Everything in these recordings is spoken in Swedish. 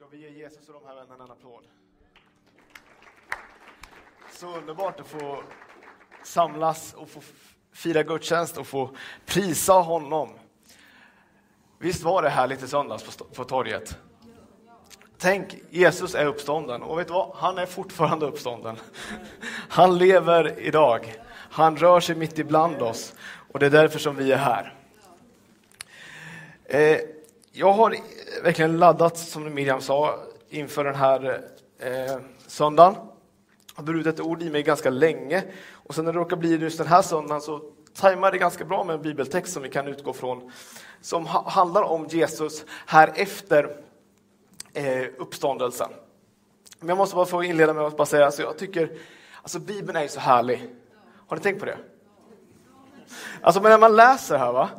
Ska vi ge Jesus och de här vännerna en applåd? Så underbart att få samlas och få fira gudstjänst och få prisa honom. Visst var det härligt i söndags på torget? Tänk, Jesus är uppstånden. Och vet du vad? Han är fortfarande uppstånden. Han lever idag. Han rör sig mitt ibland oss. Och det är därför som vi är här. Jag har verkligen laddat, som Miriam sa, inför den här söndagen. Jag har brutit ett ord i mig ganska länge. Och sen när det råkar bli just den här söndagen så tajmar det ganska bra med en bibeltext som vi kan utgå från. Som handlar om Jesus här efter uppståndelsen. Men jag måste bara få inleda med att bara säga, alltså jag tycker, alltså Bibeln är ju så härlig. Har ni tänkt på det? Alltså men när man läser här, va?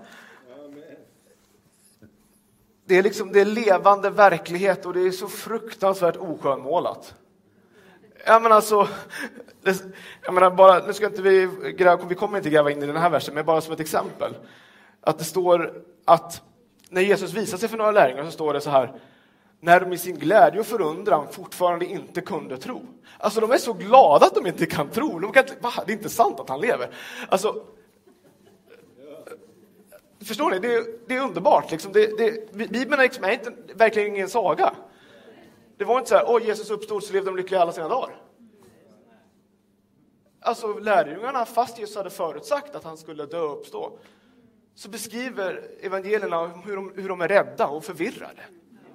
Det är liksom, det är levande verklighet och det är så fruktansvärt oskönmålat. Jag menar alltså, jag menar bara, nu ska inte vi kommer inte gräva in i den här versen, men bara som ett exempel. Att det står att när Jesus visar sig för några lärjungar så står det så här: när de i sin glädje och förundran fortfarande inte kunde tro. Alltså de är så glada att de inte kan tro. De kan inte, det är inte sant att han lever. Alltså, förstår ni? Det är underbart. Liksom. Bibeln är liksom inte, verkligen ingen saga. Det var inte så här, Jesus uppstod så levde de lyckliga alla sina dagar. Alltså lärjungarna, fast Jesus hade förutsagt att han skulle dö och uppstå, så beskriver evangelierna hur de är rädda och förvirrade.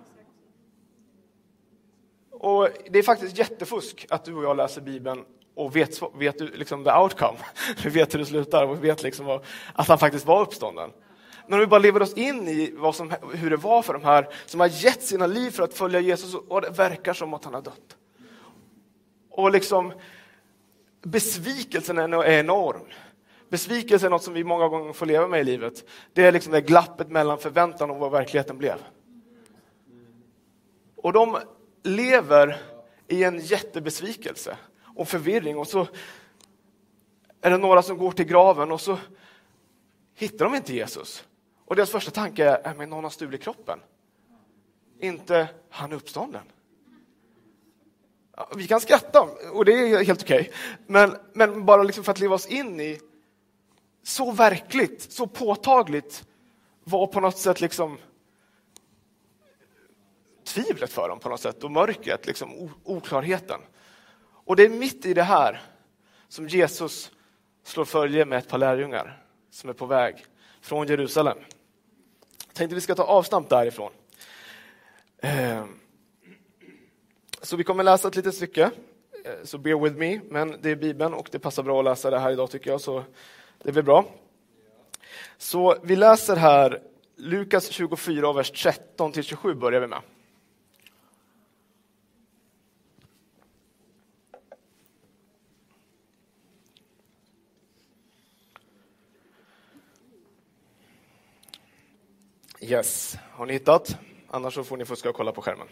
Och det är faktiskt jättefusk att du och jag läser Bibeln och vet liksom the outcome. Vi vet hur det slutar och vi vet liksom att han faktiskt var uppstånden. Men om vi bara lever oss in i hur det var för de här som har gett sina liv för att följa Jesus, och det verkar som att han har dött. Och liksom besvikelsen är enorm. Besvikelsen är något som vi många gånger får leva med i livet. Det är liksom det glappet mellan förväntan och vad verkligheten blev. Och de lever i en jättebesvikelse och förvirring. Och så är det några som går till graven och så hittar de inte Jesus. Och deras första tanke är, men någon har stulit kroppen. Inte han uppstånden. Ja, vi kan skratta och det är helt okej. Men bara liksom för att leva oss in i så verkligt, så påtagligt var på något sätt liksom tvivlet för dem på något sätt och mörkret, liksom oklarheten. Och det är mitt i det här som Jesus slår följe med ett par lärjungar som är på väg från Jerusalem. Jag tänkte vi ska ta avstamp därifrån. Så vi kommer läsa ett litet stycke. Så bear with me, men det är Bibeln och det passar bra att läsa det här idag tycker jag, så det blir bra. Så vi läser här Lukas 24, vers 13-27 börjar vi med. Yes, har ni hittat? Annars så får ni fuska och kolla på skärmen.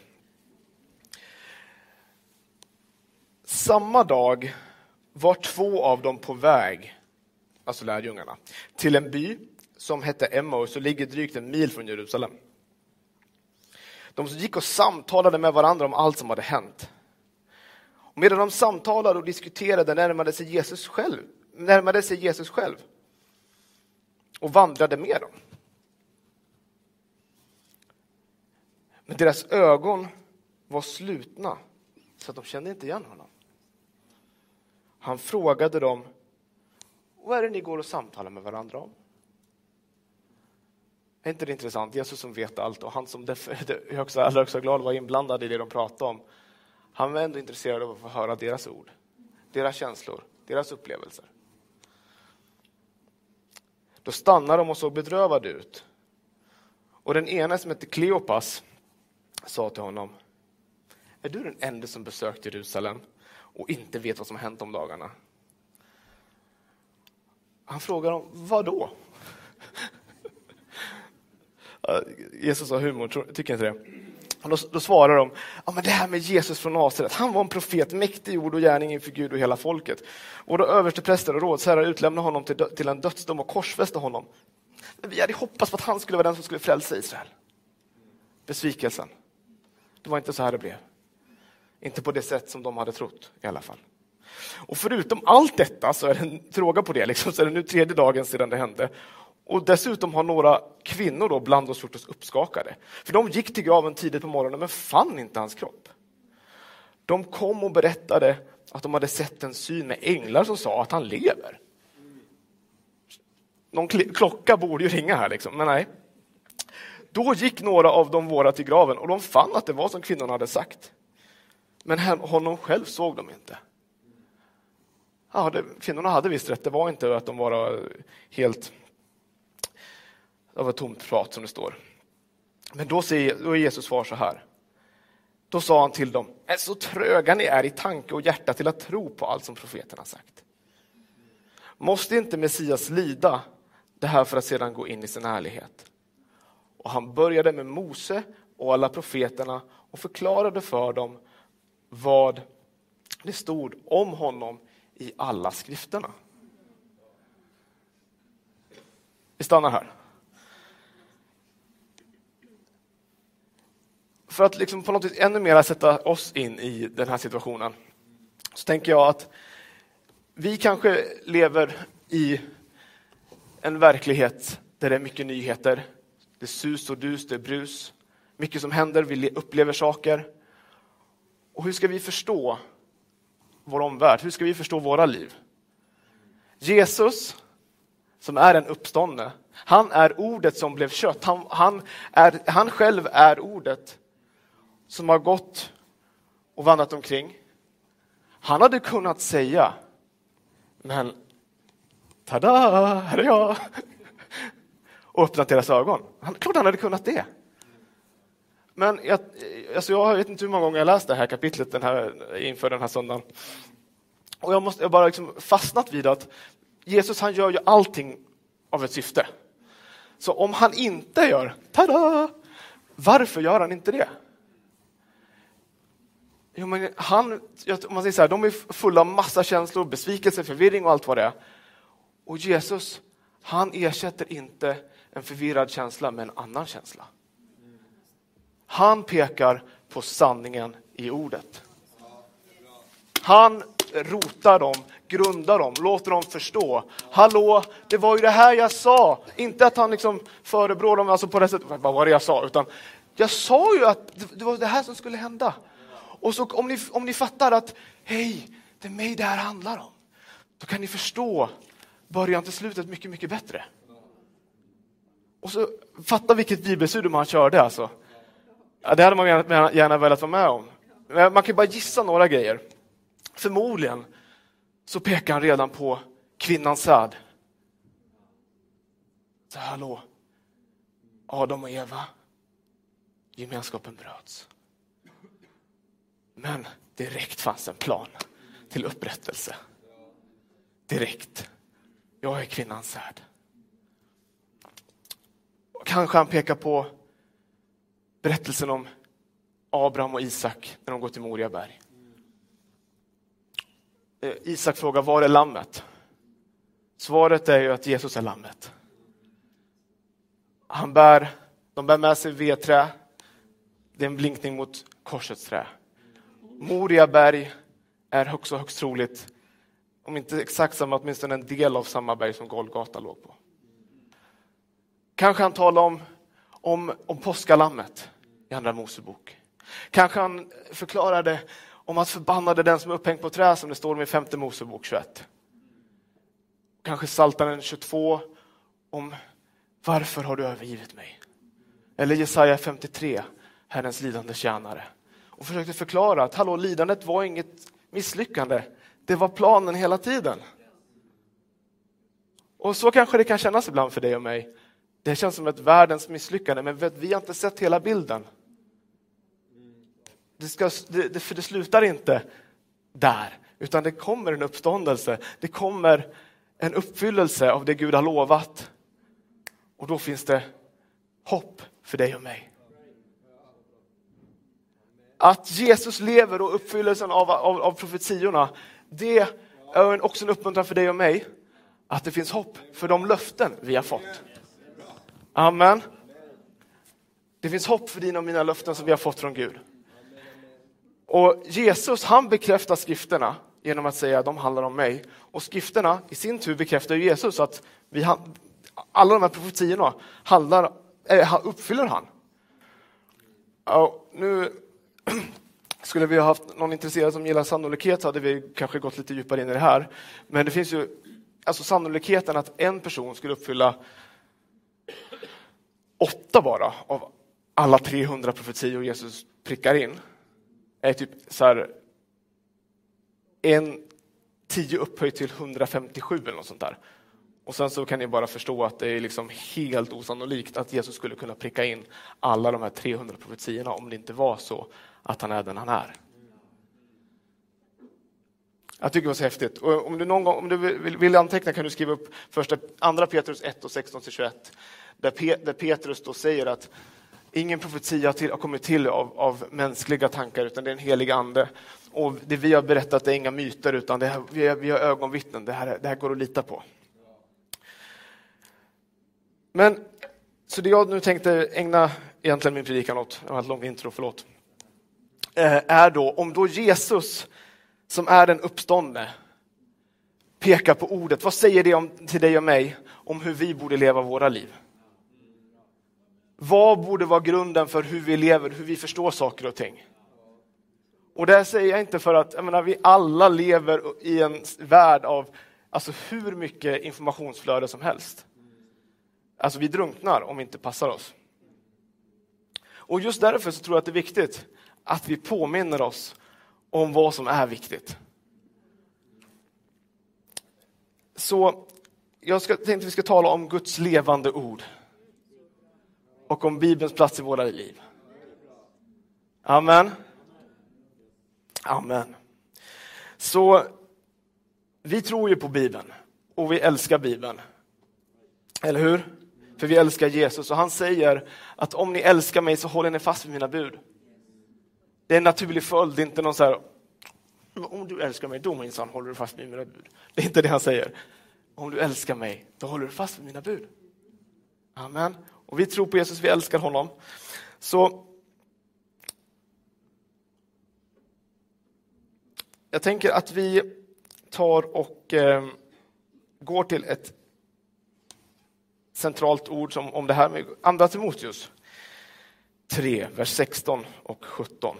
Samma dag var 2 av dem på väg, alltså lärjungarna, till en by som hette Emmaus och ligger drygt 1 mil från Jerusalem. De gick och samtalade med varandra om allt som hade hänt. Och medan de samtalade och diskuterade närmade sig Jesus själv och vandrade med dem. Men deras ögon var slutna så att de kände inte igen honom. Han frågade dem: vad är det ni går och samtalar med varandra om? Är inte det intressant? Jesus som vet allt och han som i allra högsta grad var inblandad i det de pratade om. Han var ändå intresserad av att få höra deras ord, deras känslor, deras upplevelser. Då stannade de och såg bedrövade ut. Och den ena som hette Kleopas sa till honom: är du den enda som besökt Jerusalem och inte vet vad som har hänt om dagarna? Han frågar dem: vad då? Jesus har humor, tycker inte det? Och då svarar de: ja, men det här med Jesus från Nasaret, han var en profet, mäktig i ord och gärning inför Gud och hela folket. Och då överstepräster och rådsherrar utlämnade honom till en dödsdom och korsfäste honom. Men vi hade hoppats på att han skulle vara den som skulle frälsa Israel. Besvikelsen. Det var inte så här det blev. Inte på det sätt som de hade trott i alla fall. Och förutom allt detta så är det en fråga på det. Liksom, så är det nu 3:e dagen sedan det hände. Och dessutom har några kvinnor då bland oss gjort oss uppskakade. För de gick till graven tidigt på morgonen men fann inte hans kropp. De kom och berättade att de hade sett en syn med änglar som sa att han lever. Någon klocka borde ju ringa här liksom, men nej. Då gick några av dem våra till graven och de fann att det var som kvinnorna hade sagt. Men honom själv såg de inte. Ja, kvinnorna hade visst rätt, det var inte att de var helt av ett tomt prat som det står. Men då är Jesus svar så här. Då sa han till dem, så tröga ni är i tanke och hjärta till att tro på allt som profeten har sagt. Måste inte Messias lida det här för att sedan gå in i sin härlighet? Och han började med Mose och alla profeterna och förklarade för dem vad det stod om honom i alla skrifterna. Vi stannar här. För att liksom på något vis ännu mer sätta oss in i den här situationen så tänker jag att vi kanske lever i en verklighet där det är mycket nyheter. Det är sus och dus, det är brus. Mycket som händer, vi upplever saker. Och hur ska vi förstå vår omvärld? Hur ska vi förstå våra liv? Jesus, som är en uppståndne, han är ordet som blev kött. Han själv är ordet som har gått och vandrat omkring. Han hade kunnat säga, men tada, här är jag. Och öppnat deras ögon. Klart han hade kunnat det. Men jag vet inte hur många gånger jag läst det här kapitlet inför den här söndagen. Och jag har bara liksom fastnat vid att Jesus, han gör ju allting av ett syfte. Så om han inte gör, tada, varför gör han inte det? Jo, men om man säger så här, de är fulla av massa känslor, besvikelse, förvirring och allt vad det är. Och Jesus, han ersätter inte en förvirrad känsla med en annan känsla. Han pekar på sanningen i ordet. Han rotar dem, grundar dem, låter dem förstå. Hallå, det var ju det här jag sa. Inte att han liksom förebrår dem alltså på det sättet. Vad var det jag sa? Utan jag sa ju att det var det här som skulle hända. Och så om ni fattar att hej, det är mig det här handlar om. Då kan ni förstå början till slutet mycket, mycket bättre. Och så fatta vilket bibelstudium han körde alltså. Ja, det hade man gärna velat vara med om. Men man kan bara gissa några grejer. Förmodligen så pekar han redan på kvinnans säd. Så hallå, Adam och Eva, gemenskapen bröts. Men direkt fanns en plan till upprättelse. Direkt. Jag är kvinnans säd. Kanske han pekar på berättelsen om Abraham och Isak när de går till Moriaberg. Isak frågar, var är lammet? Svaret är ju att Jesus är lammet. De bär med sig vedträ. Det är en blinkning mot korsets trä. Moriaberg är högst troligt, om inte exakt samma, åtminstone en del av samma berg som Golgata låg på. Kanske han talar om påskalammet i Andra Mosebok. Kanske han förklarade om att förbannade den som är upphängd på trä som det står om i 5:e Mosebok 21. Kanske Psaltaren 22 om varför har du övergivit mig? Eller Jesaja 53, Herrens lidande tjänare. Och försökte förklara att lidandet var inget misslyckande. Det var planen hela tiden. Och så kanske det kan kännas ibland för dig och mig. Det känns som ett världens misslyckande, men vi har inte sett hela bilden. För det slutar inte där, utan det kommer en uppståndelse. Det kommer en uppfyllelse av det Gud har lovat. Och då finns det hopp för dig och mig. Att Jesus lever och uppfyllelsen av profetiorna, det är också en uppmuntran för dig och mig. Att det finns hopp för de löften vi har fått. Amen. Det finns hopp för dina och mina löften som vi har fått från Gud. Och Jesus, han bekräftar skrifterna genom att säga att de handlar om mig. Och skrifterna i sin tur bekräftar Jesus att alla de här profetierna uppfyller han. Och nu skulle vi ha haft någon intresserad som gillar sannolikhet, så hade vi kanske gått lite djupare in i det här. Men det finns ju alltså sannolikheten att en person skulle uppfylla 8 bara av alla 300 profetior Jesus prickar in är typ så här 10 upphöjt till 157 eller något sånt där. Och sen så kan ni bara förstå att det är liksom helt osannolikt att Jesus skulle kunna pricka in alla de här 300 profetiorna om det inte var så att han är den han är. Jag tycker det var så häftigt. Och om du vill anteckna kan du skriva upp andra Petrus 1 och 16-21. Där Petrus då säger att ingen profetia har kommit till av mänskliga tankar, utan det är en helig ande. Och det vi har berättat är inga myter, utan vi har ögonvittnen. Det här går att lita på. Men så det jag nu tänkte ägna egentligen min predikan åt, det var ett långt intro, förlåt, är då om då Jesus som är den uppståndne pekar på ordet. Vad säger det till dig och mig om hur vi borde leva våra liv? Vad borde vara grunden för hur vi lever, hur vi förstår saker och ting? Och det säger jag inte för att vi alla lever i en värld av alltså hur mycket informationsflöde som helst. Alltså vi drunknar om vi inte passar oss. Och just därför så tror jag att det är viktigt att vi påminner oss om vad som är viktigt. Så jag tänkte att vi ska tala om Guds levande ord. Och om Bibelns plats i våra liv. Amen. Amen. Så vi tror ju på Bibeln. Och vi älskar Bibeln. Eller hur? För vi älskar Jesus. Och han säger att om ni älskar mig så håller ni fast vid mina bud. Det är en naturlig följd. Det är inte någon så här, om du älskar mig, då minsann håller du fast vid mina bud. Det är inte det han säger. Om du älskar mig, då håller du fast vid mina bud. Amen. Och vi tror på Jesus, vi älskar honom. Så jag tänker att vi tar och går till ett centralt ord som om det här med Andra Timoteus 3, vers 16 och 17.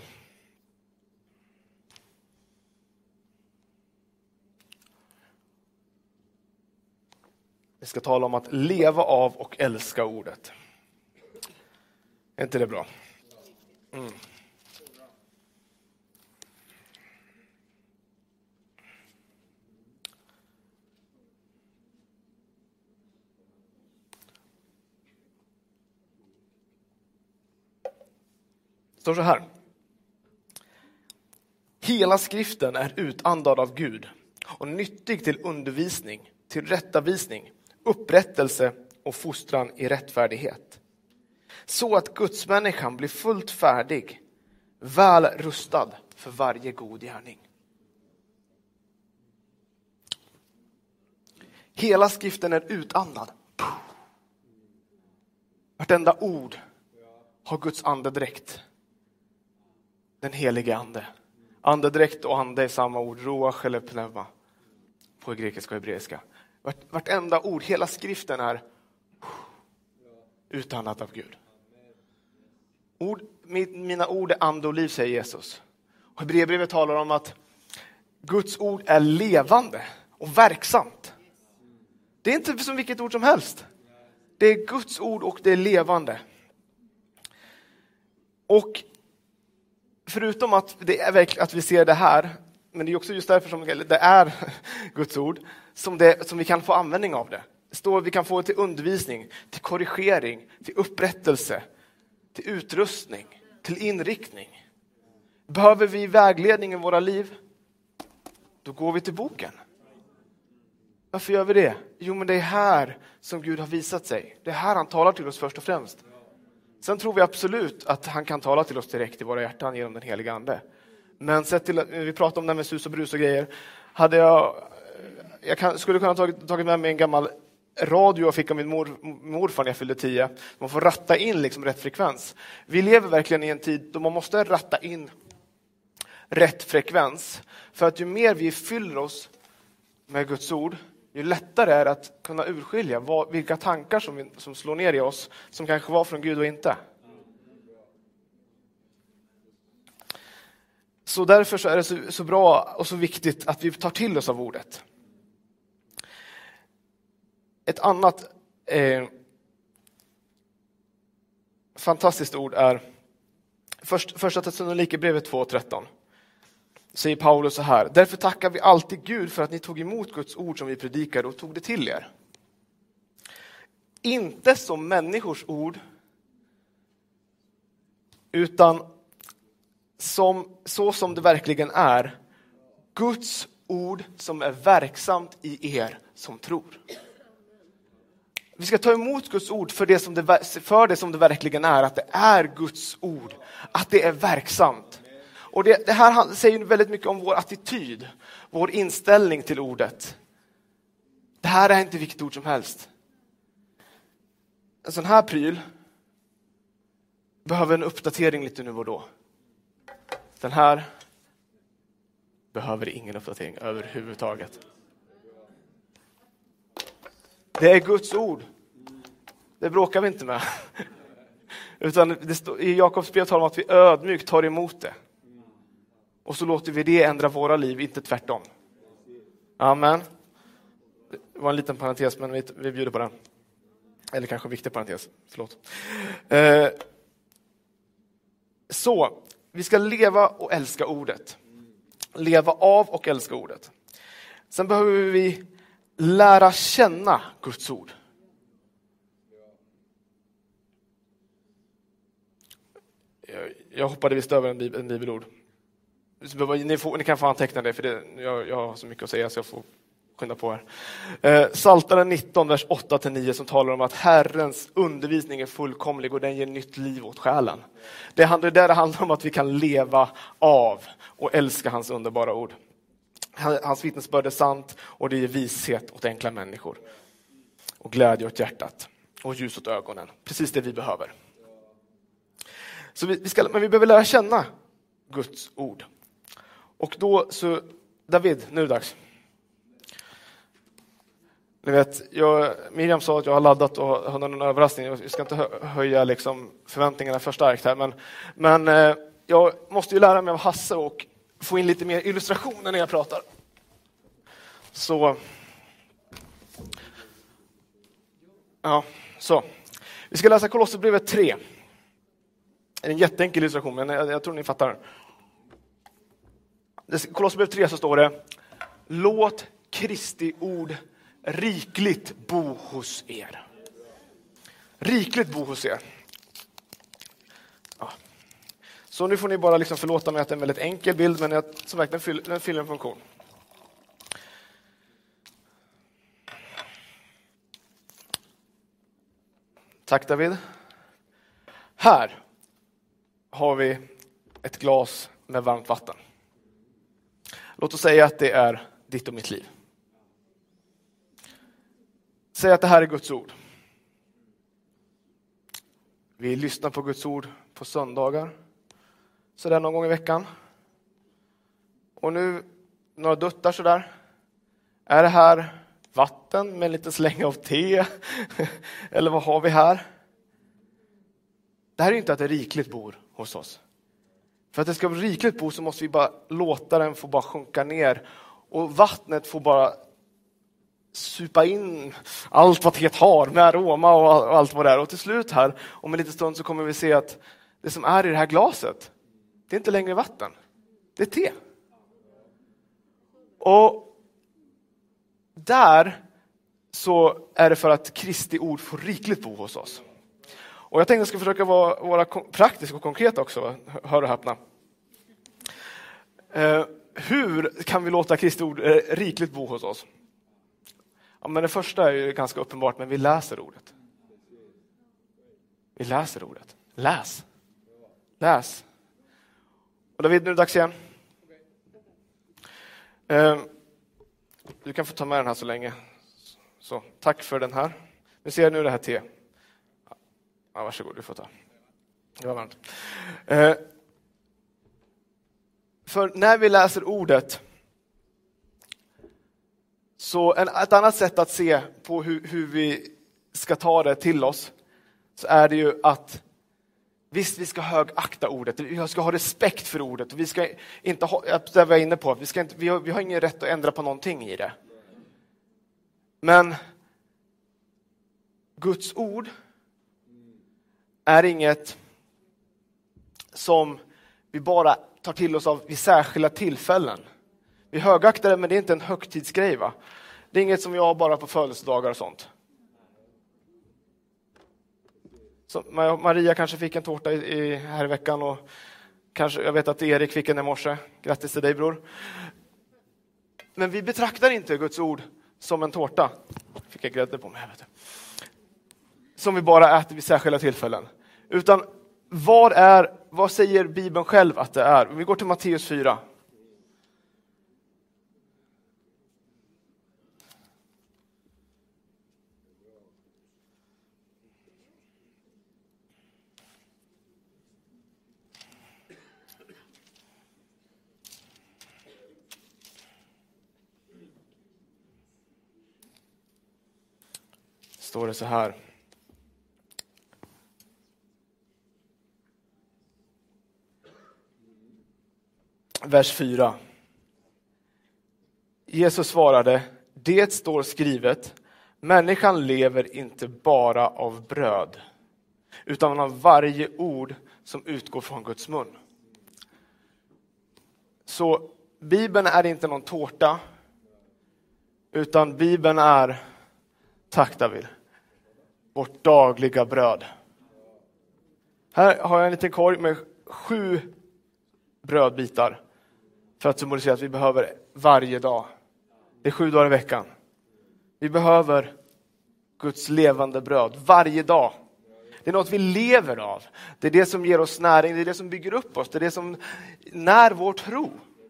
Vi ska tala om att leva av och älska ordet. Är inte det bra? Mm. Det står så här. Hela skriften är utandad av Gud och nyttig till undervisning, till rättavisning, upprättelse och fostran i rättfärdighet. Så att Guds människan blir fullt färdig, väl rustad för varje god gärning. Hela skriften är utandad. Vartenda ord har Guds andedräkt. Den helige ande. Andedräkt och ande är samma ord. Ruach eller pneuma. På grekiska och hebreiska. Vartenda ord, hela skriften är utandad av Gud. Mina ord är ande och liv, säger Jesus. Och Hebreerbrevet talar om att Guds ord är levande och verksamt. Det är inte som vilket ord som helst. Det är Guds ord och det är levande. Och förutom att det är verkligen att vi ser det här, men det är också just därför som det är Guds ord, som vi kan få användning av det. Det står att vi kan få det till undervisning, till korrigering, till upprättelse, till utrustning, till inriktning. Behöver vi vägledning i våra liv? Då går vi till boken. Varför gör vi det? Jo, men det är här som Gud har visat sig. Det är här han talar till oss först och främst. Sen tror vi absolut att han kan tala till oss direkt i våra hjärtan genom den heliga ande. Men sett till att vi pratar om det med sus och brus och grejer. Skulle kunna tagit med mig en gammal radio jag fick av min morfar när jag fyllde 10. Man får ratta in liksom rätt frekvens. Vi lever verkligen i en tid då man måste ratta in rätt frekvens. För att ju mer vi fyller oss med Guds ord, ju lättare är det att kunna urskilja vilka tankar som slår ner i oss, som kanske var från Gud och inte. Så därför så är det så bra och så viktigt att vi tar till oss av ordet. Ett annat fantastiskt ord är första Thessalonikerbrevet 2:13. Säger Paulus så här: därför tackar vi alltid Gud för att ni tog emot Guds ord som vi predikade och tog det till er. Inte som människors ord, utan så som det verkligen är. Guds ord som är verksamt i er som tror. Vi ska ta emot Guds ord för det som det verkligen är. Att det är Guds ord. Att det är verksamt. Och det här säger väldigt mycket om vår attityd. Vår inställning till ordet. Det här är inte vilket ord som helst. En sån här pryl behöver en uppdatering lite nu och då. Den här behöver ingen uppdatering överhuvudtaget. Det är Guds ord. Det bråkar vi inte med. Utan i Jakobs brev talar om att vi ödmjukt tar emot det. Och så låter vi det ändra våra liv, inte tvärtom. Amen. Det var en liten parentes, men vi bjuder på den. Eller kanske en viktig parentes. Förlåt. Så, vi ska leva och älska ordet. Leva av och älska ordet. Sen behöver vi lära känna Guds ord. Jag hoppade visst över en bibelord. Ni kan få anteckna det, för jag har så mycket att säga så jag får skynda på här. Psaltaren 19, vers 8-9 som talar om att Herrens undervisning är fullkomlig och den ger nytt liv åt själen. Det handlar om att vi kan leva av och älska hans underbara ord. Hans vittnesbörd är sant och det ger vishet åt enkla människor. Och glädje åt hjärtat och ljus åt ögonen. Precis det vi behöver. Så men vi behöver lära känna Guds ord. Och då så, David, nu är det dags. Ni vet, Miriam sa att jag har laddat och har någon överraskning. Jag ska inte höja liksom förväntningarna för starkt här. Men jag måste ju lära mig av Hasse och få in lite mer illustrationer när jag pratar. Så. Ja, så. Vi ska läsa Kolosserbrevet 3. Det är en jätteenkel illustration, men jag tror ni fattar. I Kolosserbrevet 3 så står det: låt Kristi ord rikligt bo hos er. Rikligt bo hos er. Ja. Så nu får ni bara liksom förlåta mig att det är en väldigt enkel bild, men som verkligen den fyller en funktion. Tack David. Här har vi ett glas med varmt vatten. Låt oss säga att det är ditt och mitt liv. Säg att det här är Guds ord. Vi lyssnar på Guds ord på söndagar. Så där någon gång i veckan. Och nu några duttar så där. Är det här vatten med en liten släng av te? Eller vad har vi här? Det här är inte att det rikligt bor hos oss. För att det ska bli rikligt bo så måste vi bara låta den få bara sjunka ner. Och vattnet får bara supa in allt vad teet har med aroma och allt vad det är. Och till slut här, om en liten stund så kommer vi se att det som är i det här glaset, det är inte längre vatten. Det är te. Och där så är det för att Kristi ord får rikligt bo hos oss. Och jag tänkte att jag ska försöka vara praktisk och konkret också. Hör och häpna. Hur kan vi låta Kristi ord rikligt bo hos oss? Ja, men det första är ju ganska uppenbart, men vi läser ordet. Vi läser ordet. Läs. Och David, nu är det dags igen. Du kan få ta med den här så länge. Så, tack för den här. Vi ser nu det här te. Ja, varsågod, du får ta. Det var varmt. För när vi läser ordet, så ett annat sätt att se på hur vi ska ta det till oss, så är det ju att visst, vi ska högakta ordet, vi ska ha respekt för ordet, och vi ska inte ha, det var jag inne på, vi har ingen rätt att ändra på någonting i det. Men Guds ord är inget som vi bara tar till oss av vid särskilda tillfällen. Vi högaktar det, men det är inte en högtidsgrej, va? Det är inget som vi har bara på födelsedagar och sånt. Så Maria kanske fick en tårta här i veckan, och kanske, jag vet att Erik fick en i morse. Grattis till dig, bror. Men vi betraktar inte Guds ord som en tårta. Fick jag grädde på mig, vet du. Som vi bara äter vid särskilda tillfällen. Utan vad säger Bibeln själv att det är? Vi går till Matteus 4. Står det så här. Vers 4. Jesus svarade: det står skrivet, människan lever inte bara av bröd, utan av varje ord som utgår från Guds mun. Så Bibeln är inte någon tårta, utan Bibeln är, tack David, vårt dagliga bröd. Här har jag en liten korg med 7 brödbitar, för att symbolisera att vi behöver varje dag. Det är 7 dagar i veckan. Vi behöver Guds levande bröd varje dag. Det är något vi lever av. Det är det som ger oss näring. Det är det som bygger upp oss. Det är det som när vår tro.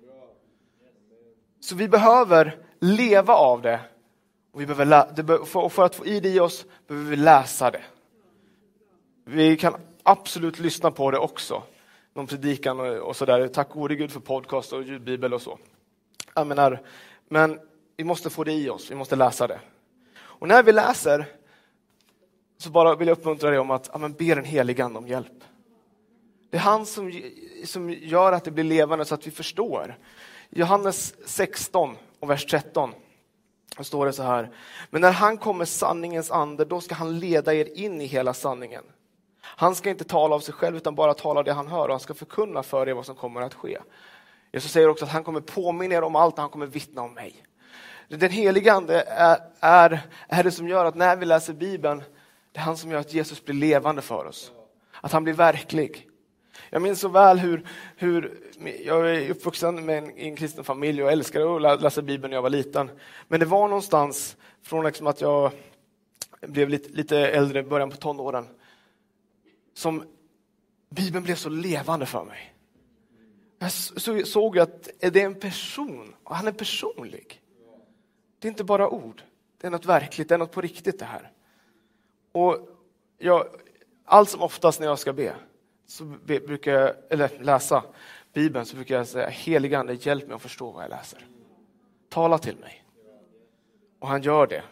Så vi behöver leva av det. Och vi behöver, för att få i det i oss behöver vi läsa det. Vi kan absolut lyssna på det också. Någon predikan och sådär. Tack gode Gud för podcast och ljudbibel och så. Jag menar, men vi måste få det i oss. Vi måste läsa det. Och när vi läser, så bara vill jag uppmuntra dig om att be den helige ande om hjälp. Det är han som gör att det blir levande så att vi förstår. Johannes 16 och vers 13. Då står det så här: men när han kommer sanningens ande, då ska han leda er in i hela sanningen. Han ska inte tala av sig själv, utan bara tala det han hör, och han ska förkunna för er vad som kommer att ske. Jesus säger också att han kommer påminna er om allt, och han kommer vittna om mig. Den helige ande är det som gör att när vi läser Bibeln, det är han som gör att Jesus blir levande för oss. Att han blir verklig. Jag minns så väl hur jag är uppvuxen med en kristen familj och älskade att läsa Bibeln när jag var liten. Men det var någonstans från liksom att jag blev lite äldre, början på tonåren, som Bibeln blev så levande för mig. Jag såg att det är en person, och han är personlig. Det är inte bara ord, det är något verkligt, det är något på riktigt det här. Och allt som oftast när jag ska be, så brukar jag, eller läsa Bibeln, så brukar jag säga: helige ande, hjälp mig att förstå vad jag läser. Tala till mig. Och han gör det.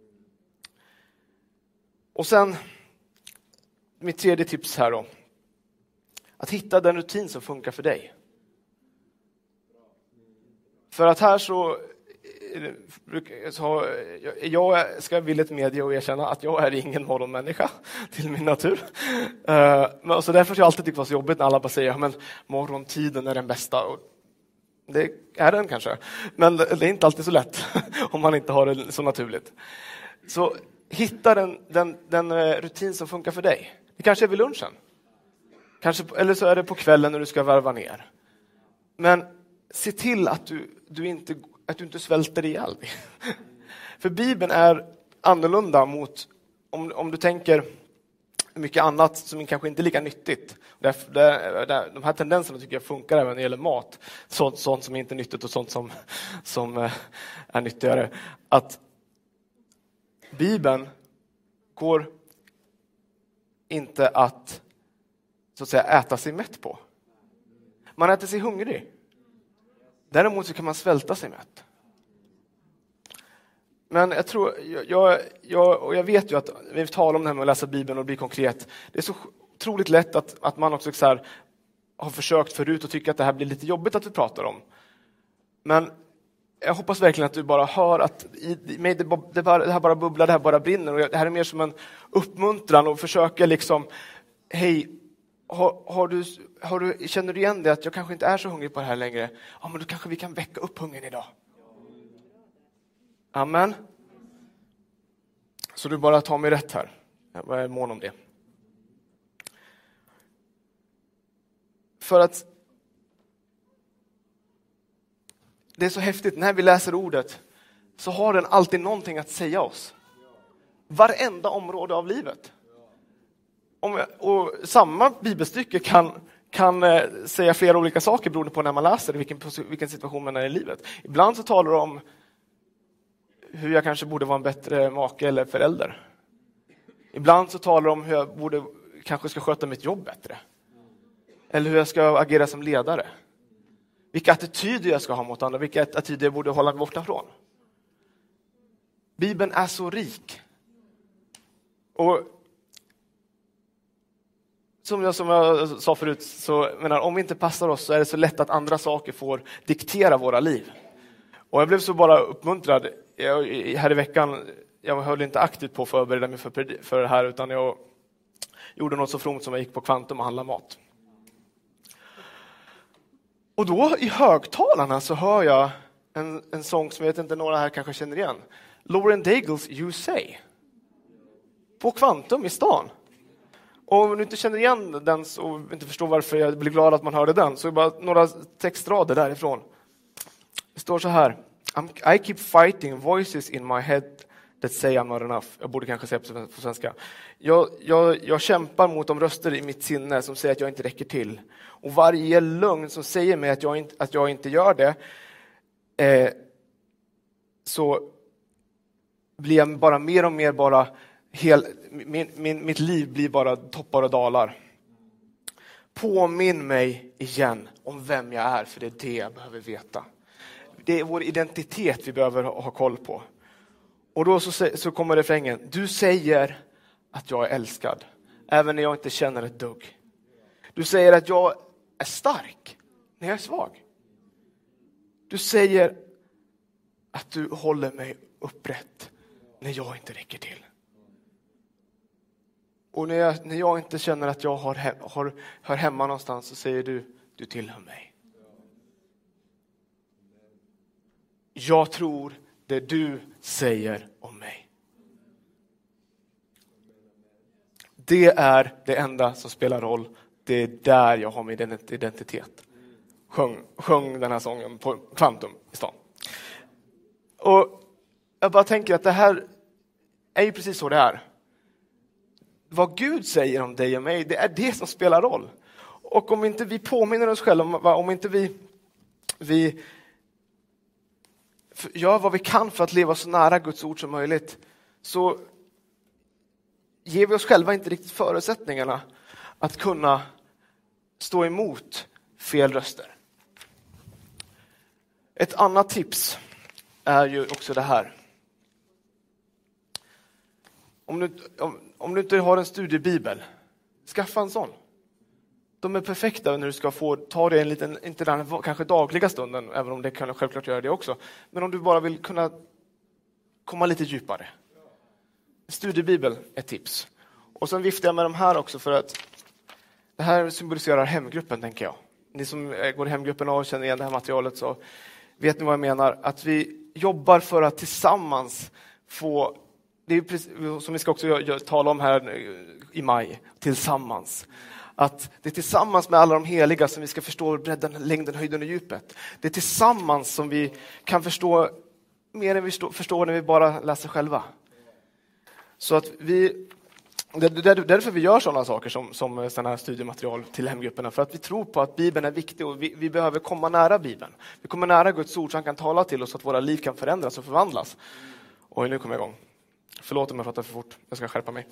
Och sen, mitt tredje tips här då. Att hitta den rutin som funkar för dig. För att här så jag ska villigt medge och erkänna att jag är ingen morgonmänniska till min natur. Men så därför har jag alltid tyckt det var så jobbigt när alla bara säger: men morgontiden är den bästa. Och det är den kanske. Men det är inte alltid så lätt om man inte har det så naturligt. Så hitta den rutin som funkar för dig. Det kanske är vid lunchen. Eller så är det på kvällen när du ska varva ner. Men se till att du inte svälter ihjäl dig. För Bibeln är annorlunda mot, om du tänker mycket annat som kanske inte är lika nyttigt. De här tendenserna tycker jag funkar även när det gäller mat. Sånt som inte är nyttigt och sånt som är nyttigare. Att Bibeln går inte att, så att säga, äta sig mätt på. Man äter sig hungrig. Däremot så kan man svälta sig mätt. Men jag tror, jag vet ju att vi talar om det här med att läsa Bibeln och bli konkret. Det är så otroligt lätt att man också så här har försökt förut och tycker att det här blir lite jobbigt att vi pratar om. Men jag hoppas verkligen att du bara hör att det här bara bubblar, det här bara brinner. Och det här är mer som en uppmuntran och försöka liksom, hej, känner du igen det att jag kanske inte är så hungrig på det här längre? Ja, men då kanske vi kan väcka upp hungern idag. Amen. Så du bara tar mig rätt här. Jag är mån om det. För att det är så häftigt, när vi läser ordet så har den alltid någonting att säga oss. Varenda område av livet. Och samma bibelstycke kan säga flera olika saker beroende på när man läser det, vilken situation man är i livet. Ibland så talar det om hur jag kanske borde vara en bättre make eller förälder. Ibland så talar det om hur jag kanske ska sköta mitt jobb bättre. Eller hur jag ska agera som ledare. Vilka attityder jag ska ha mot andra, vilka attityder jag borde hålla mig borta från. Bibeln är så rik. Och som jag sa förut, så om vi inte passar oss så är det så lätt att andra saker får diktera våra liv. Och jag blev så bara uppmuntrad här i veckan. Jag höll inte aktivt på att förbereda mig för det här, utan jag gjorde något så fromt som jag gick på Kvantum och handlade mat. Och då i högtalarna så hör jag en sång som jag vet inte några här kanske känner igen. Lauren Daigles You Say. På Kvantum i stan. Och om du inte känner igen den och inte förstår varför jag blir glad att man hörde den, så är det bara några textrader därifrån. Det står så här. I keep fighting voices in my head that say I'm not enough. Jag borde kanske säga på svenska. Jag kämpar mot de röster i mitt sinne som säger att jag inte räcker till. Och varje lögn som säger mig att jag inte gör det, så blir jag bara mer och mer bara mitt liv blir bara toppar och dalar. Påminn mig igen om vem jag är, för det är det jag behöver veta. Det är vår identitet vi behöver ha koll på. Och då så kommer refrängen. Du säger att jag är älskad, även när jag inte känner ett dugg. Du säger att jag är stark när jag är svag. Du säger att du håller mig upprätt när jag inte räcker till. Och när jag inte känner att jag hör hemma någonstans, så säger du tillhör mig. Jag tror det du säger om mig. Det är det enda som spelar roll. Det är där jag har min identitet. Sjöng den här sången på Kvantum i stan. Och jag bara tänker att det här är ju precis så det är. Vad Gud säger om dig och mig, det är det som spelar roll. Och om inte vi påminner oss själva, om inte vi gör vad vi kan för att leva så nära Guds ord som möjligt, så ger vi oss själva inte riktigt förutsättningarna att kunna stå emot fel röster. Ett annat tips är ju också det här. Om du inte har en studiebibel, skaffa en sån. De är perfekta när du ska få ta det en liten, inte den kanske dagliga stunden, även om det kan självklart göra det också. Men om du bara vill kunna komma lite djupare. Studiebibel är ett tips. Och sen viftar jag med de här också, för att det här symboliserar hemgruppen, tänker jag. Ni som går i hemgruppen och känner igen det här materialet, så vet ni vad jag menar. Att vi jobbar för att tillsammans få, det är precis, som vi ska också tala om här i maj, tillsammans. Att det är tillsammans med alla de heliga som vi ska förstå bredden, längden, höjden och djuppet. Det är tillsammans som vi kan förstå mer än vi förstår när vi bara läser själva. Så att det är därför vi gör sådana saker som sådana här studiematerial till hemgrupperna. För att vi tror på att Bibeln är viktig och vi behöver komma nära Bibeln. Vi kommer nära Guds ord så han kan tala till oss så att våra liv kan förändras och förvandlas. Oj, nu kommer jag igång. Förlåt om jag pratar för fort. Jag ska skärpa mig.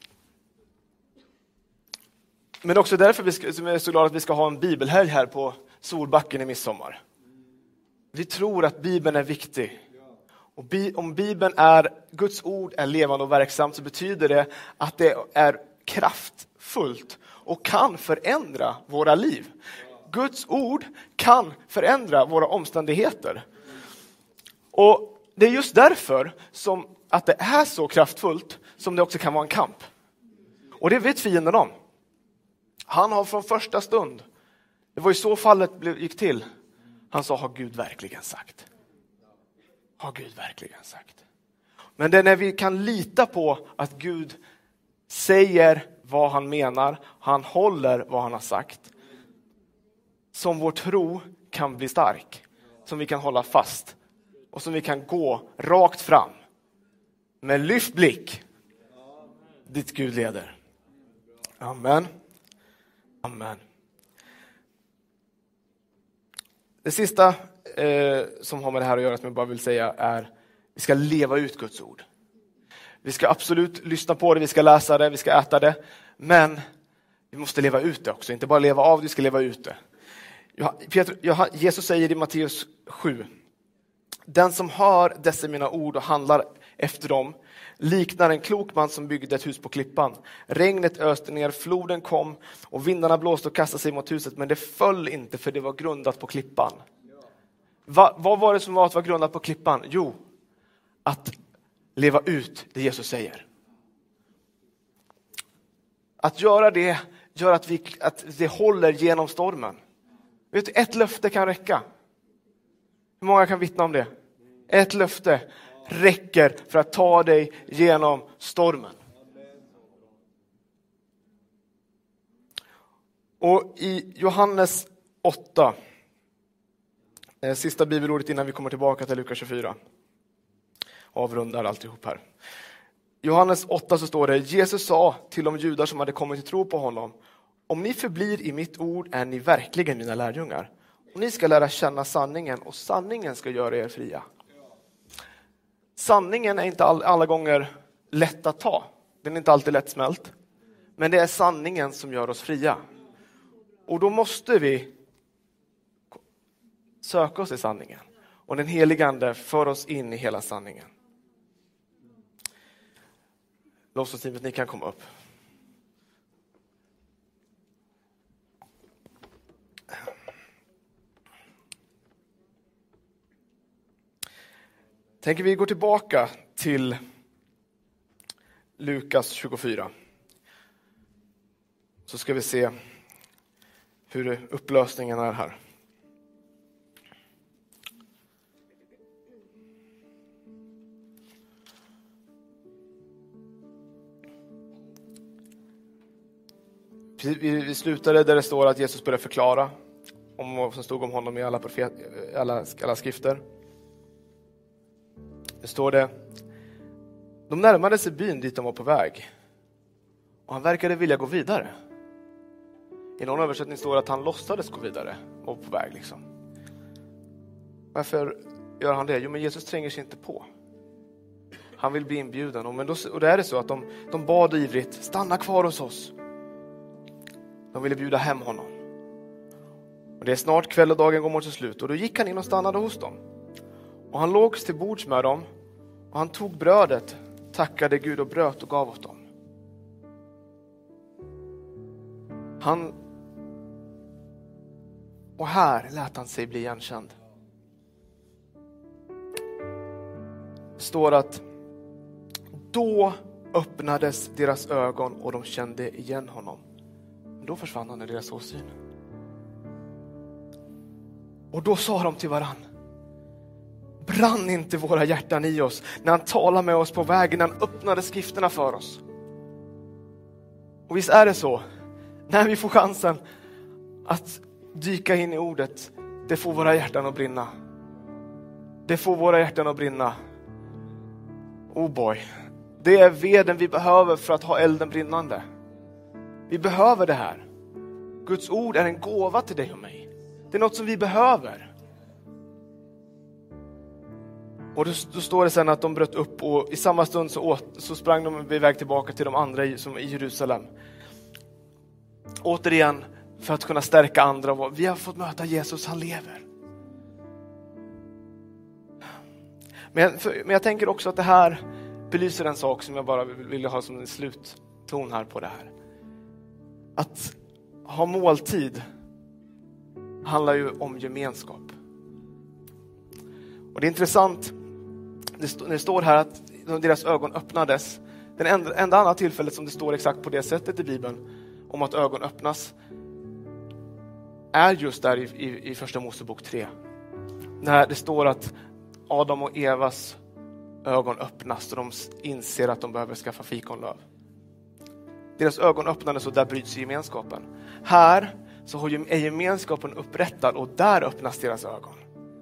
Men också därför som jag är så glad att vi ska ha en bibelhelg här på Solbacken i midsommar. Vi tror att Bibeln är viktig. Och om Bibeln är, Guds ord är levande och verksamt, så betyder det att det är kraftfullt och kan förändra våra liv. Guds ord kan förändra våra omständigheter. Och det är just därför som att det är så kraftfullt som det också kan vara en kamp. Och det vet fienden om. Han har från första stund, det var ju så fallet gick till. Han sa, har Gud verkligen sagt? Har Gud verkligen sagt? Men det är när vi kan lita på att Gud säger vad han menar, han håller vad han har sagt, som vår tro kan bli stark, som vi kan hålla fast och som vi kan gå rakt fram med lyft blick dit Gud leder. Amen. Amen. Det sista som har med det här att göra, som jag bara vill säga, är vi ska leva ut Guds ord. Vi ska absolut lyssna på det, vi ska läsa det, vi ska äta det, men vi måste leva ut det också. Inte bara leva av det, vi ska leva ut det. Jesus säger i Matteus 7: den som hör dessa mina ord och handlar efter dem liknar en klok man som byggde ett hus på klippan. Regnet öste ner, floden kom och vindarna blåste och kastade sig mot huset, men det föll inte, för det var grundat på klippan. Vad var det som var att vara grundat på klippan? Jo, att leva ut det Jesus säger. Att göra det gör att det håller genom stormen. Vet du, ett löfte kan räcka. Hur många kan vittna om det? Ett löfte räcker för att ta dig genom stormen. Och i Johannes 8, sista bibelordet innan vi kommer tillbaka till Lukas 24. Avrundar alltihop här. Johannes 8 så står det: Jesus sa till de judar som hade kommit till tro på honom: om ni förblir i mitt ord är ni verkligen mina lärjungar. Och ni ska lära känna sanningen, och sanningen ska göra er fria. Sanningen är inte alla gånger lätt att ta. Den är inte alltid lättsmält. Men det är sanningen som gör oss fria. Och då måste vi söka oss i sanningen. Och den helige Ande för oss in i hela sanningen. Lovsångsteamet, ni kan komma upp. Tänker vi gå tillbaka till Lukas 24. Så ska vi se hur upplösningen är här. Vi slutade där det står att Jesus började förklara om vad som stod om honom i alla skrifter. Det står det: de närmade sig byn dit de var på väg. Och han verkade vilja gå vidare. I någon översättning står det att han låtsades gå vidare och var på väg liksom. Varför gör han det? Jo, men Jesus tränger sig inte på. Han vill bli inbjuden. Och det är det så att de bad ivrigt: stanna kvar hos oss. De ville bjuda hem honom. Och det är snart kväll och dagen går mot sitt slut. Och då gick han in och stannade hos dem. Och han låg till bords med dem. Och han tog brödet, tackade Gud och bröt och gav åt dem. Och här lät han sig bli igenkänd. Det står att då öppnades deras ögon och de kände igen honom. Men då försvann han i deras åsyn. Och då sa de till varann: brann inte våra hjärtan i oss när han talade med oss på vägen, när han öppnade skrifterna för oss? Och visst är det så, när vi får chansen att dyka in i ordet, det får våra hjärtan att brinna. Det får våra hjärtan att brinna. Oh boy. Det är veden vi behöver för att ha elden brinnande. Vi behöver det här. Guds ord är en gåva till dig och mig. Det är något som vi behöver. Och då står det sen att de bröt upp, och i samma stund så sprang de iväg tillbaka till de andra som i Jerusalem. Återigen för att kunna stärka andra. Vi har fått möta Jesus, han lever. Men jag tänker också att det här belyser en sak som jag bara vill ha som en slutton här på det här. Att ha måltid handlar ju om gemenskap. Och det är intressant, det står här att deras ögon öppnades. Den enda andra tillfället som det står exakt på det sättet i Bibeln om att ögon öppnas är just där i första Mosebok 3. När det står att Adam och Evas ögon öppnas och de inser att de behöver skaffa fikonlöv. Deras ögon öppnades och där bryts gemenskapen. Här så är gemenskapen upprättad och där öppnas deras ögon.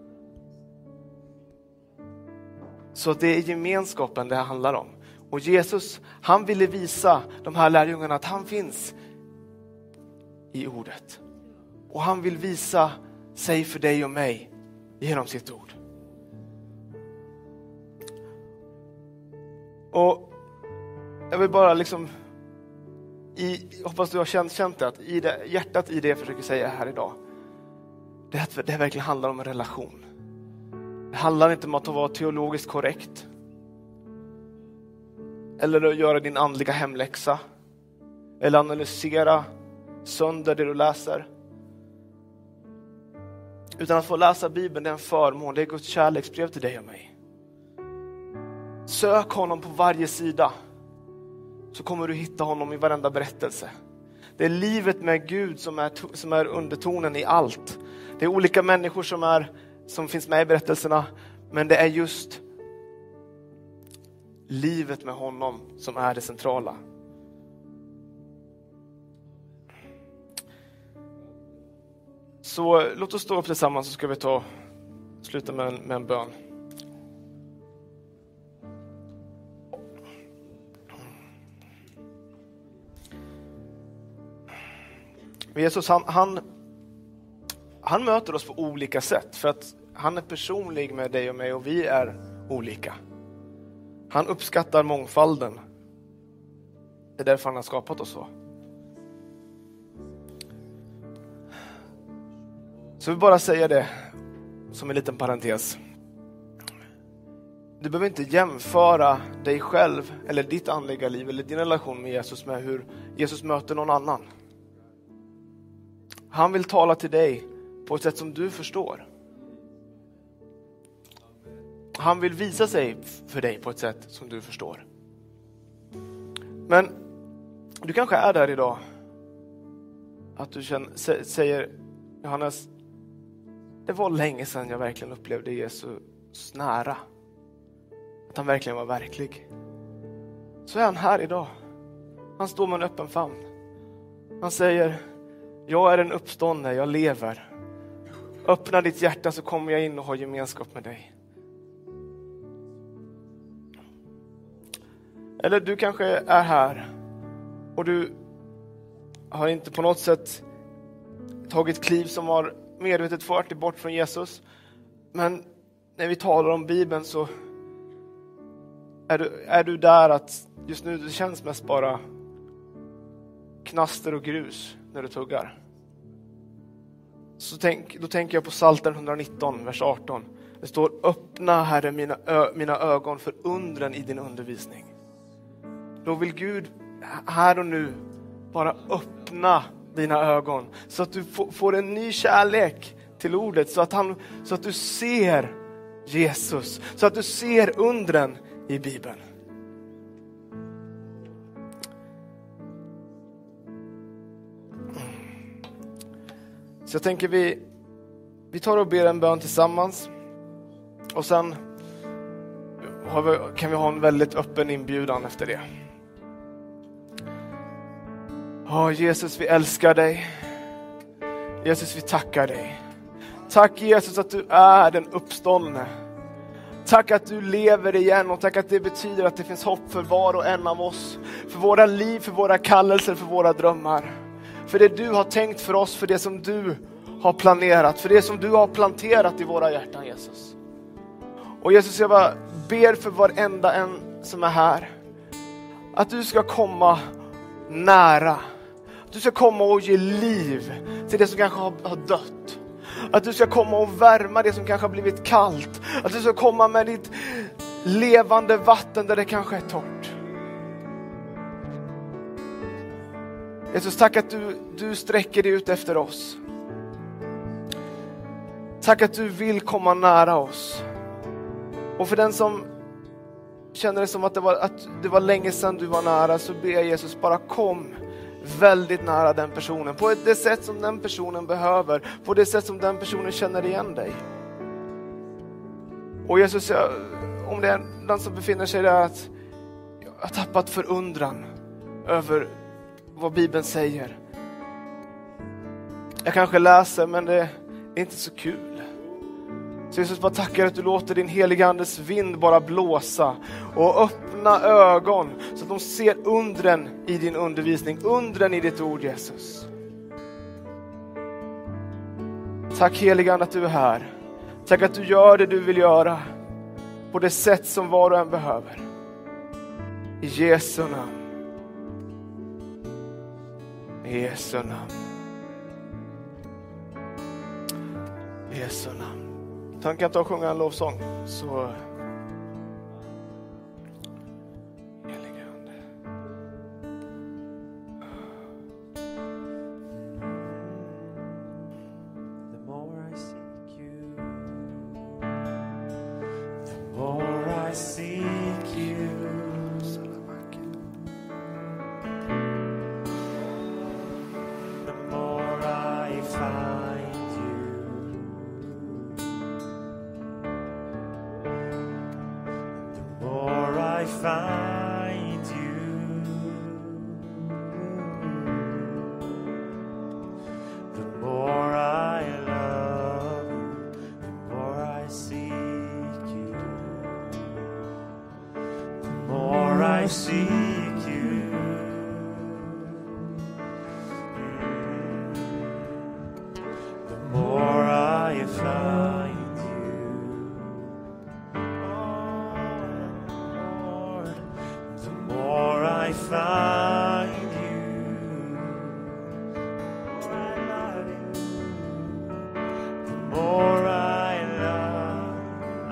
Så det är gemenskapen det handlar om. Och Jesus, han ville visa de här lärjungarna att han finns i ordet. Och han vill visa sig för dig och mig genom sitt ord. Och jag vill bara hoppas du har känt att hjärtat i det jag försöker säga här idag, det verkligen handlar om en relation. Det handlar inte om att vara teologiskt korrekt eller att göra din andliga hemläxa eller analysera sönder det du läser. Utan att få läsa Bibeln, det är en förmån. Det är Guds kärleksbrev till dig och mig. Sök honom på varje sida, så kommer du hitta honom i varenda berättelse. Det är livet med Gud som är undertonen i allt. Det är olika människor som finns med i berättelserna, men det är just livet med honom som är det centrala. Så låt oss stå upp tillsammans, så ska vi sluta med en bön. Jesus han möter oss på olika sätt, för att han är personlig med dig och mig och vi är olika. Han uppskattar mångfalden. Det är därför han har skapat oss så. Så vi bara säger det som en liten parentes. Du behöver inte jämföra dig själv eller ditt andliga liv eller din relation med Jesus med hur Jesus möter någon annan. Han vill tala till dig på ett sätt som du förstår. Han vill visa sig för dig på ett sätt som du förstår. Men du kanske är där idag att du säger: Johannes, det var länge sedan jag verkligen upplevde Jesus nära. Att han verkligen var verklig. Så är han här idag. Han står med en öppen famn. Han säger: jag är en uppståndare, jag lever. Öppna ditt hjärta så kommer jag in och har gemenskap med dig. Eller du kanske är här och du har inte på något sätt tagit kliv som har medvetet fört dig bort från Jesus. Men när vi talar om Bibeln så är du där att just nu det känns mest bara knaster och grus när du tuggar. Så då tänker jag på Psaltaren 119, vers 18. Det står: öppna, Herre, mina ögon för undren i din undervisning. Då vill Gud här och nu bara öppna dina ögon så att du får en ny kärlek till ordet, så att du ser Jesus, så att du ser undren i Bibeln. Så jag tänker vi tar och ber en bön tillsammans. Och sen kan vi ha en väldigt öppen inbjudan efter det. Jesus, vi älskar dig. Jesus, vi tackar dig. Tack Jesus att du är den uppståndne. Tack att du lever igen, och tack att det betyder att det finns hopp för var och en av oss. För våra liv, för våra kallelser, för våra drömmar. För det du har tänkt för oss, för det som du har planerat, för det som du har planterat i våra hjärtan, Jesus. Och Jesus, jag bara ber för varenda en som är här, att du ska komma nära. Du ska komma och ge liv till det som kanske har dött. Att du ska komma och värma det som kanske har blivit kallt. Att du ska komma med ditt levande vatten där det kanske är torrt. Jesus, tack att du sträcker dig ut efter oss. Tack att du vill komma nära oss. Och för den som känner det som att det var länge sedan du var nära, så ber Jesus, bara kom väldigt nära den personen. På det sätt som den personen behöver. På det sätt som den personen känner igen dig. Och Jesus, om det är den som befinner sig där att jag har tappat förundran över vad Bibeln säger. Jag kanske läser, men det är inte så kul. Så Jesus, bara tackar att du låter din heliga andes vind bara blåsa och öppna ögon så att de ser undren i din undervisning, undren i ditt ord, Jesus. Tack heliga ande att du är här. Tack att du gör det du vill göra på det sätt som var och en behöver. I Jesu namn. I Jesu namn. I Jesu namn. Tanken att ta och sjunga en lovsång. Så heliga ande. The more I seek you, the more I seek you, the more I find you, the more I find you, the more I love you, the more I seek you, the more I seek you. The more I find you, oh Lord, the more I find you, the more I love you, the more I love.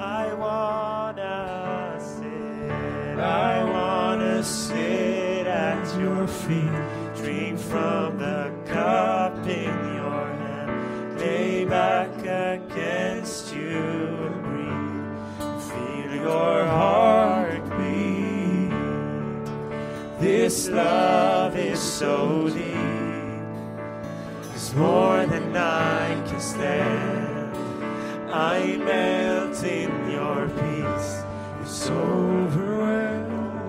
I wanna sit at your feet, drink from the cup in your hand, lay back against you and breathe, feel your heartbeat. This love is so deep, it's more than I can stand. I melt in your peace, it's overwhelming.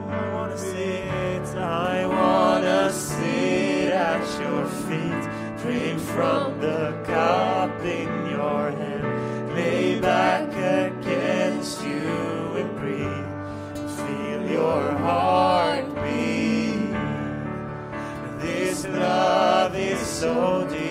I wanna sit at your feet, drink from the cup in your hand, lay back against you and breathe, feel your heartbeat. This love is so deep.